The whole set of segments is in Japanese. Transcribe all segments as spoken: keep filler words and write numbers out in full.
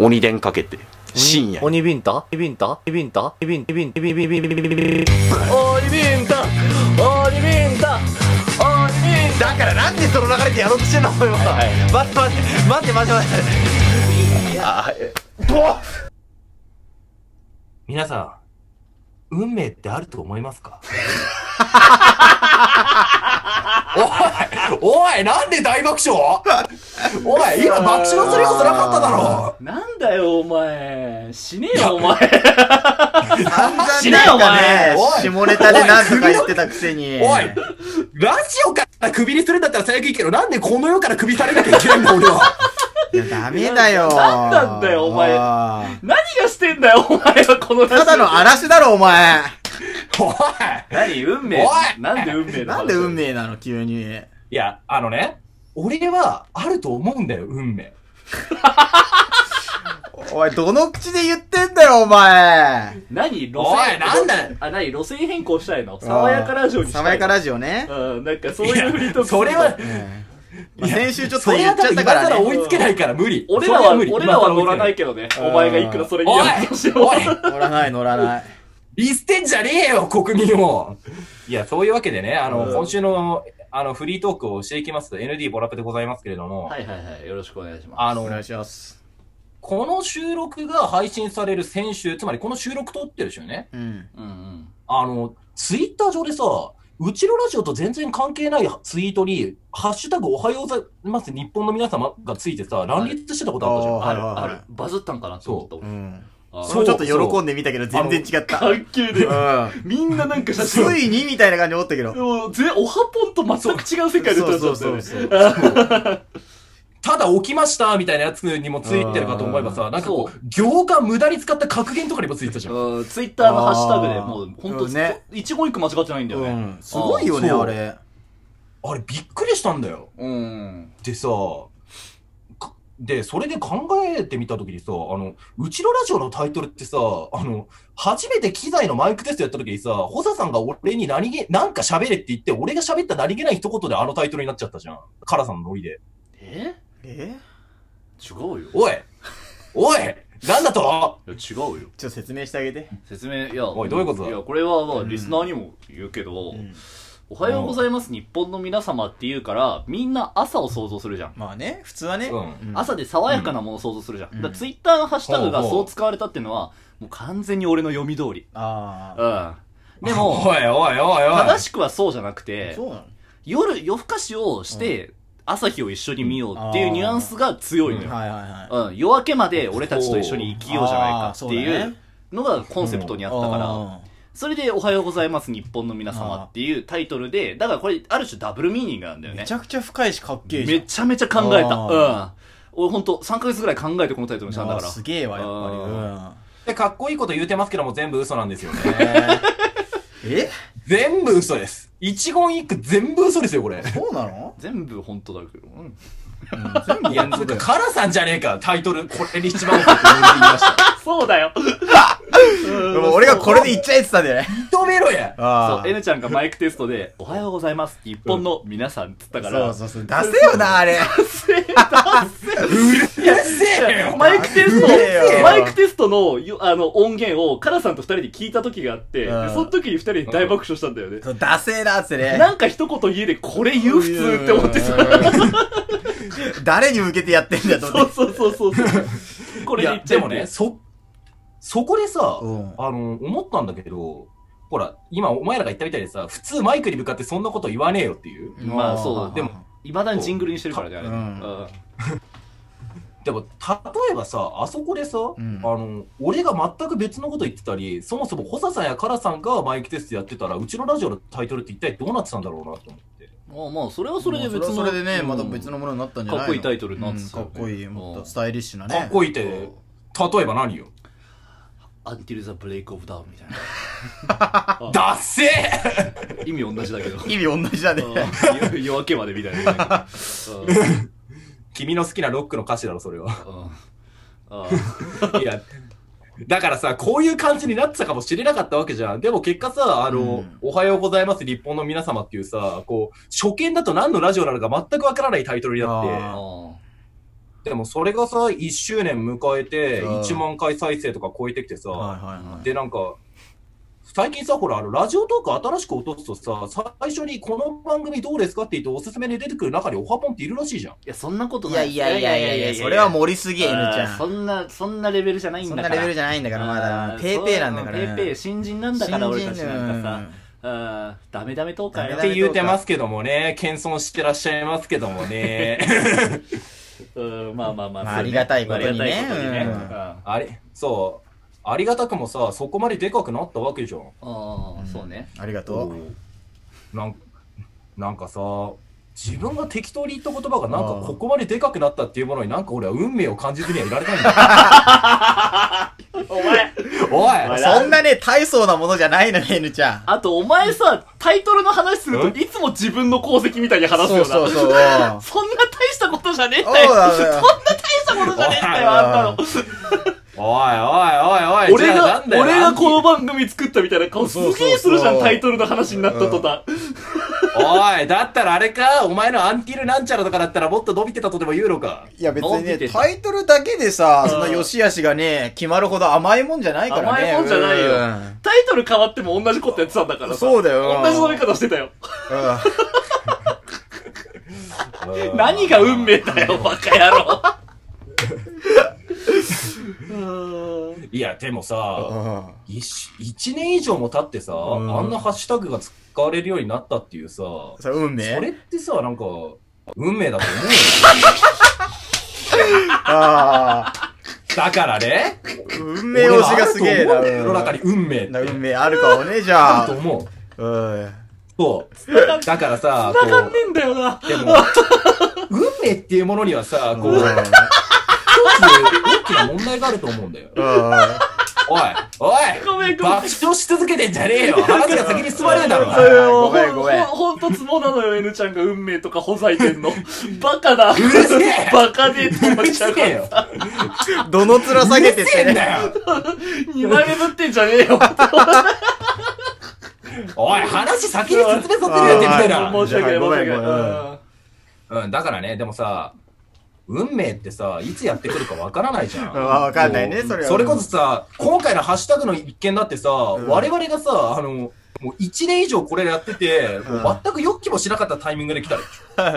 鬼電かけて深夜鬼ビンタビンタビンタビンタビンタビンタビンタビンタビンタビンタビンタ鬼ビンタ鬼ビンタ鬼ビンタ。だからなんでその流れでやろうとしてんのお前は。待って待って待って待って待ってあっ皆さん運命ってあると思いますか？おいおいなんで大爆笑？おい今爆笑する要素なかっただろ。 なんだよお前死ねよお前死ねよお前。下ネタでなんとか言ってたくせに。 おいラジオからクビにするんだったら最悪いいけどなんでこの世からクビされなきゃいけないんだ俺は。 いやダメだよ。 なんなんだよお前。何がしてんだよお前はこのラジオ。 ただの嵐だろお前。 おい何運命。 おいなんで運命なの？ なんで運命なの急に。 いやあのね俺はあると思うんだよ運命。 おいどの口で言ってんだよお前。 何路おい線なんだよあ何路線変更したいの？爽やかラジオにしたいの？ 爽やかラジオね。 うんなんかそういうフリートークそれはまあ、先週ちょっとそれ言っちゃは多分今ったからね。 更追いつけないから無理。 俺らは無理俺らは乗らないけどね。お前がいくらそれにやるとしても。 おい乗らない乗らない。 リステんじゃねえよ国民を。いやそういうわけでねあの、 うん、 今週のあのフリートークをしていきますと エヌディー ボラペでございますけれども。 はいはいはいよろしくお願いします。 あのお願いします。 この収録が配信される先週、つまりこの収録撮ってるでしょね。 うん。 うんうん。 あの、ツイッター上でさ、うちのラジオと全然関係ないツイートに、ハッシュタグおはようございます日本の皆様がついてさ、乱立してたことあったじゃん。 あるはいはいはいある。バズったんかなって思ったう。ん。 あそうちょっと喜んでみたけど全然違った。 関係で。 うん。 みんななんか写真。 ついにみたいな感じ思ったけど。 もうぜ、おはぽんと全く違う世界で撮ったんだよね。 そうそうそうただ起きましたみたいなやつにもついてるかと思えばさ、なんかこう、行間無駄に使った格言とかにもついてたじゃん。 うん、ツイッターのハッシュタグでもう、ほんと、 ね、 一言一句間違ってないんだよね。 うん。すごいよね、あれ。 あれびっくりしたんだよ。 うん。 でさ、で、それで考えてみたときにさ、あの、うちのラジオのタイトルってさ、あの、初めて機材のマイクテストやったときにさ、ホサさんが俺に何気、なんか喋れって言って、俺が喋った何気ない一言であのタイトルになっちゃったじゃん。カラさんのノリで。 ええ違うよ。 おいおいなんだと？ いや、違うよ。 ちょっと説明してあげて。 説明、いや、 おいどういうことだ？ いや、これはまあ、リスナーにも言うけど、うんおはようございます日本の皆様って言うからみんな朝を想像するじゃん。 まあね普通はね、 うん、 朝で爽やかなものを想像するじゃん、うん、だからツイッターのハッシュタグがそう使われたっていうのはもう完全に俺の読み通り。 ああうんでもおいおいおいおい正しくはそうじゃなくてそうなの夜夜更かしをして、うん、朝日を一緒に見ようっていうニュアンスが強いのよ、 うんはいはいはいうん、夜明けまで俺たちと一緒に生きようじゃないかっていうのがコンセプトにあったから、うんそれで、おはようございます、日本の皆様っていうタイトルで、だからこれ、ある種ダブルミーニングなんだよね。 めちゃくちゃ深いし、かっけえじゃん。 めちゃめちゃ考えた。うん。俺ほんと、さんかげつぐらい考えてこのタイトルにしたんだから。 すげえわ、やっぱり。うん。 で、かっこいいこと言うてますけども、全部嘘なんですよね。 え全部嘘です。一言一句全部嘘ですよ、これ。 そうなの？ 全部本当だけど。うん。 全部いや、つうか、カラさんじゃねえか、タイトル、これに一番嘘って言いました。 そうだよ。 でも俺がこれで言っちゃえって言ったんだよね。 認めろや。 そう、N ちゃんがマイクテストで、おはようございます、日本の皆さんって言ったから。 そうそうそう。出せよな、あれ。 出せ、出せ。 うるせえよ。 マイクテスト、マイクテストの、あの、音源を、カラさんと二人で聞いた時があって、でその時に二人で大爆笑したんだよね。 出せえなってね。 なんか一言家でこれ言う普通って思ってさ。 誰に向けてやってんだと思って。そうそうそうそう。これ言っちゃう。 でもね、そ、そこでさ、うん、あの、思ったんだけど、ほら、今お前らが言ったみたいでさ、普通マイクに向かってそんなこと言わねえよっていう。 まあそう、でも、未だにジングルにしてるからね、あれ。うん、 でも、例えばさ、あそこでさ、うん、あの、俺が全く別のこと言ってたり、そもそもホサさんやカラさんがマイクテストやってたら、うちのラジオのタイトルって一体どうなってたんだろうなと思って。 まあまあ、それはそれで別の。 それでね、また別のものになったんじゃないの？ かっこいいタイトルになってた。 かっこいい、もっとスタイリッシュなね。 かっこいいって、例えば何よ ？Until the break of dawn みたいな。だっせー意味同じだけど。 意味同じだね。 夜明けまでみたいな。 君の好きなロックの歌詞だろ、それは。いや、だからさ、こういう感じになってたかもしれなかったわけじゃん。でも結果さ、あの、うん、おはようございます日本の皆様っていうさ、こう、初見だと何のラジオなのか全くわからないタイトルになって、 でもそれがさ、いっしゅうねん迎えて、いちまんかい再生とか超えてきてさ、 はいはいはい、 で、なんか、最近さ、ほら、あの、ラジオトーク新しく落とすとさ、最初にこの番組どうですかって言っておすすめで出てくる中にオハポンっているらしいじゃん。いや、そんなこといやない。 いやいやいやいや、それは盛りすぎ、N ちゃん。 そんな、そんなレベルじゃないんだから。 そんなレベルじゃないんだから、まだ。ペーペーなんだから。 ペーペー、新人なんだから、俺たちなんかさ。あダメダメトーカーって言うてますけどもね、謙遜してらっしゃいますけどもね。 うん、まあまあまあ、 まあ、ありがたいことにね。 あれ、そう。ありがたくもさ、そこまででかくなったわけじゃん。 ああ、そうね。 ありがとう。なんなんかさ、自分が適当に言った言葉がなんかここまででかくなったっていうものになんか俺は運命を感じずにはいられないんだよ。 お前おいそんなね、大層なものじゃないのね、N ちゃん。 あとお前さ、タイトルの話するといつも自分の功績みたいに話すよな。 そうそうそう。そんな大したことじゃねえんだよ。そんな大したことじゃねえんだよ、あんなの。 おいおいおいおい、 俺が、俺がこの番組作ったみたいな顔すげえするじゃん、タイトルの話になった途端。 おい、だったらあれか、お前のアンティルなんちゃらとかだったらもっと伸びてたとでも言うのか。 いや別にね、タイトルだけでさ、その良し悪しがね、決まるほど甘いもんじゃないからね。 甘いもんじゃないよ。タイトル変わっても同じことやってたんだからさ。 そうだよ。 同じ飲み方してたよ。何が運命だよ、バカ野郎。 いや、でもさ、一年以上も経ってさ、あんなハッシュタグが使われるようになったっていうさ、 それ運命？ それってさ、なんか、運命だと思うよ。 あだからね、 運命推しがすげえな。 世の中に運命って。 運命あるかもね、じゃあ。 あると思う。そう。だからさ、 こう。繋がんねえんだよな。 でも、運命っていうものにはさ、こう、大きな問題があると思うんだよ。おい、おい、 ごめんごめん。 爆笑し続けてんじゃねえよ。話が先に進まねえだろ。 ごめんごめん。 ほんとツボなのよ、N ちゃんが運命とかほざいてんの。バカだ。 うるせえバカでって思っちゃうからよ。 どの面下げてってね。 んだよ。 二枚目ぶってんじゃねえよ。 おい、話先に説明させてるやってみてな。 申し訳ない、申し訳ない。 うん、だからね、でもさ、運命ってさ、いつやってくるかわからないじゃん。 わかんないね、それは。 それこそさ、今回のハッシュタグの一件だってさ、我々がさ、あの、もう一年以上これやってて、もう全く予期もしなかったタイミングで来た。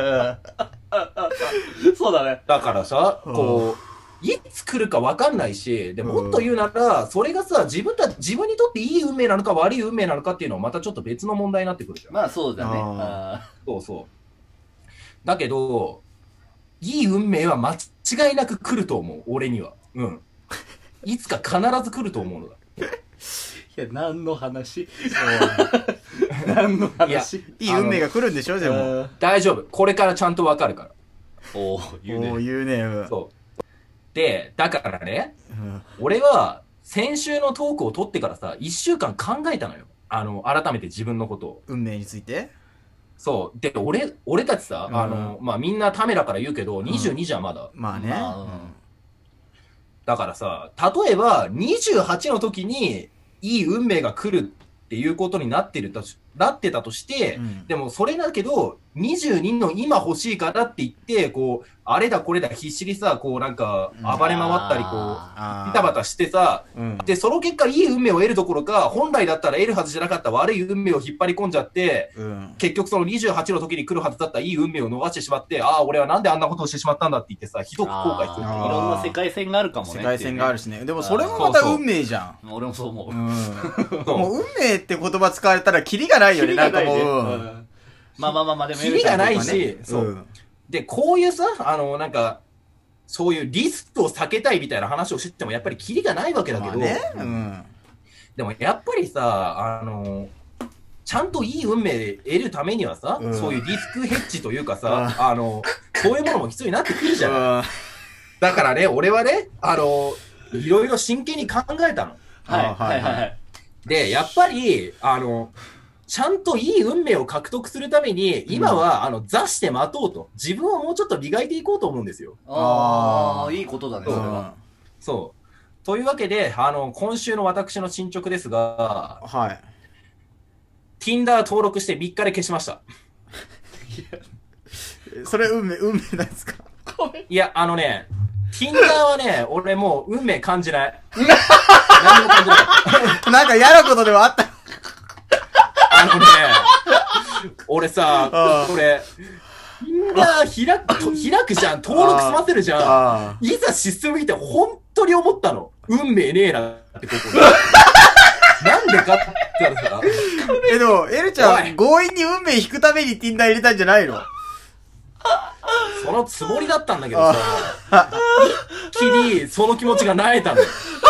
そうだね。 だからさ、こう、いつ来るかわかんないし、でももっと言うなら、それがさ、自分た、自分にとっていい運命なのか悪い運命なのかっていうのはまたちょっと別の問題になってくるじゃん。 まあそうだね。 そうそう。だけど、いい運命は間違いなく来ると思う、俺には。うん。いつか必ず来ると思うのだ。 いや、何の話何の話いい運命が来るんでしょ、でも。 大丈夫。これからちゃんとわかるから。 おー、言うね。 おー、言うね。 そう。で、だからね、俺は、先週のトークを取ってからさ、一週間考えたのよ。あの、改めて自分のことを。 運命についてそう。で、俺、俺たちさ、うん、あの、まあ、みんなためだから言うけど、にじゅうにじゃん、まだ。 うん、まあね、まあうん。 だからさ、例えば、にじゅうはちの時に、いい運命が来るっていうことになってると、なってたとして、うん、でもそれだけど、にじゅうにの今欲しいからって言って、こう、あれだこれだ必死にさ、こうなんか暴れ回ったり、こう、バタバタしてさ、うん、で、その結果いい運命を得るどころか、本来だったら得るはずじゃなかった悪い運命を引っ張り込んじゃって、うん、結局そのにじゅうはちの時に来るはずだったいい運命を逃してしまって、ああ、俺はなんであんなことをしてしまったんだって言ってさ、ひどく後悔する。いろんな世界線があるかもね。 世界線があるしね。でもそれもまた運命じゃん。 俺もそう思う。うん、 もう運命って言葉使われたらキリがないよね、なんかもう。 まあまあまあまあ、でもキリがないし、そう。で、こういうさ、あの、なんか、そういうリスクを避けたいみたいな話をしてても、やっぱりキリがないわけだけど、ねうん、でもやっぱりさ、あの、ちゃんといい運命得るためにはさ、うん、そういうリスクヘッジというかさ、あの、そういうものも必要になってくるじゃん。うん、だからね、俺はね、あの、いろいろ真剣に考えたの。 はいはいはい。 で、やっぱり、あの、ちゃんといい運命を獲得するために、今は、うん、あの、座して待とうと。自分をもうちょっと磨いていこうと思うんですよ。 ああ、いいことだね、それは。 そう。というわけで、あの、今週の私の進捗ですが、 はい。 Tinder 登録してみっかで消しました。 それ運命、運命なんですかいや、あのね、Tinder はね、俺もう運命感じない。何も感じなかった。 なんか嫌なことではあった。 あのね、俺さ、これ、Tinder 開く、開くじゃん、登録済ませるじゃん。いざシステム見て本当に思ったの。運命ねえなってこと。なんでかって言ったらさ。 え、でも、エルちゃん、強引に運命引くために Tinder 入れたんじゃないの？ そのつもりだったんだけどさ、一気にその気持ちが萎えたの。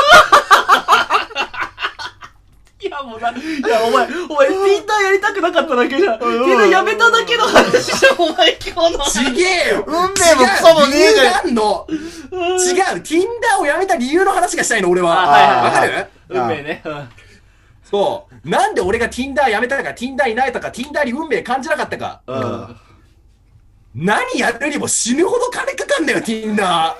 いやもうな、いやお前、お前 Tinder やりたくなかっただけじゃん。Tinder やめただけの話じゃん、お前今日の。 ちげえよ。 運命もクソもねえじゃん。 違うの。違う。Tinder をやめた理由の話がしたいの、俺は。 はいはいはい。 わかる？ 運命ね。 そう。なんで俺が Tinder やめたか、Tinder いないとか、Tinder に運命感じなかったか。 うん。 何やるにも死ぬほど金かかんだよ、Tinder。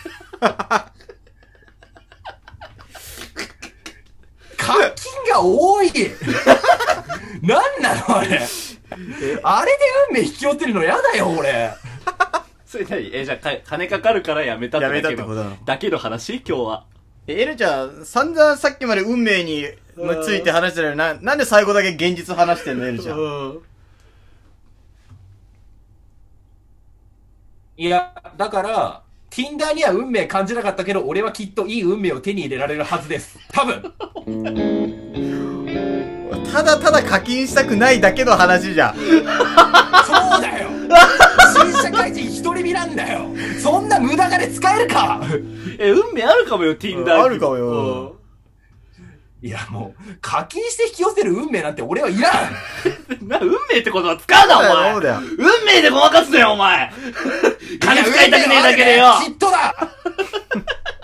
課金が多い。なんなのあれ。あれで運命引き寄せるのやだよ、俺。 それ何？え、じゃあ、か、金かかるからやめたってだけの。やめたってことなの？だけの話？今日は。 え、エルちゃん、散々さっきまで運命について話してるのにな、なんで最後だけ現実話してんの、エルちゃん。 いや、だから、Tinder には運命感じなかったけど、俺はきっといい運命を手に入れられるはずです。多分。 ただただ課金したくないだけの話じゃん。そうだよ。新社会人一人身なんだよ。そんな無駄金使えるか。 え、運命あるかもよ、Tinder。 あるかもよ。 いや、もう、課金して引き寄せる運命なんて俺はいらん。な、運命ってことは使うな、お前。そうだよ。運命でごまかすなよ、お前。金使いたくねえだけでよ。 きっとだ。